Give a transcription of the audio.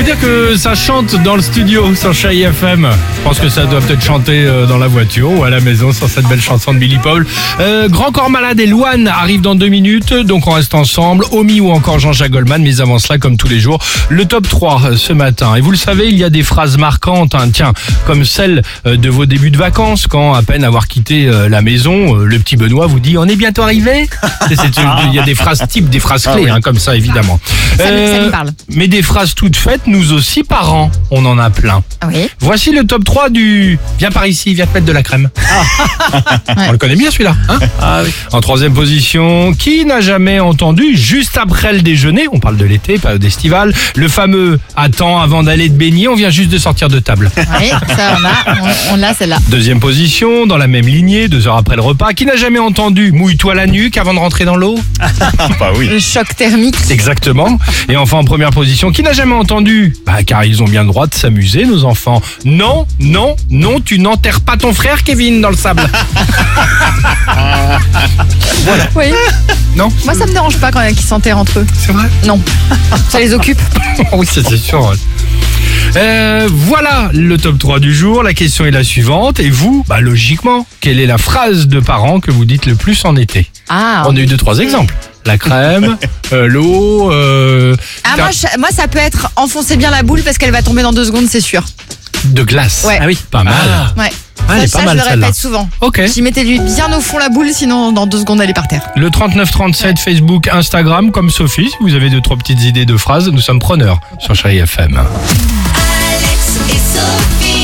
dire que ça chante dans le studio sur Chérie FM. Je pense que ça doit peut-être chanter dans la voiture ou à la maison sur cette belle chanson de Billy Paul. Grand Corps Malade et Louane arrivent dans 2 minutes, donc on reste ensemble. Omi ou encore Jean-Jacques Goldman, mais avant cela, comme tous les jours, le top 3 ce matin. Et vous le savez, il y a des phrases marquantes, tiens, comme celle de vos débuts de vacances, quand à peine avoir quitté la maison, le petit Benoît vous dit « On est bientôt arrivé ?» Il y a des phrases types, des phrases clés, comme ça évidemment. Ça me parle. Mais des phrases toutes faites, nous aussi parents, on en a plein. Oui. Voici le top 3 du « Viens par ici, viens te mettre de la crème ». On le connaît bien celui-là. Oui. En 3e position, qui n'a jamais entendu juste après le déjeuner, on parle de l'été, période estivale, le fameux « Attends avant d'aller te baigner, on vient juste de sortir de table ». Oui, ça on l'a celle-là. 2e position, dans la même lignée, 2 heures après le repas, qui n'a jamais entendu « Mouille-toi la nuque avant de rentrer dans l'eau ». Bah oui. Le choc thermique. Exactement. Et enfin en première position, qui n'a jamais entendu car ils ont bien le droit de s'amuser, nos enfants. Non, non, non, tu n'enterres pas ton frère Kevin dans le sable. Voilà. Oui. Non. Moi, ça me dérange pas quand ils s'enterrent entre eux. C'est vrai. Non. Ça les occupe. Oui, c'est sûr. Voilà le top 3 du jour. La question est la suivante. Et vous, logiquement, quelle est la phrase de parents que vous dites le plus en été? On a eu 2-3 exemples. La crème, l'eau. Moi, ça peut être enfoncer bien la boule parce qu'elle va tomber dans 2 secondes, c'est sûr. De glace. Ouais. Ah oui, pas mal. Ouais. Elle est Ça, pas mal je le celle-là. répète souvent. Ok. J'y mettais lui bien au fond la boule, sinon dans 2 secondes elle est par terre. Le 3937 Facebook, Instagram, comme Sophie. Si vous avez 2-3 petites idées de phrases, nous sommes preneurs sur Chérie FM. Alex et Sophie.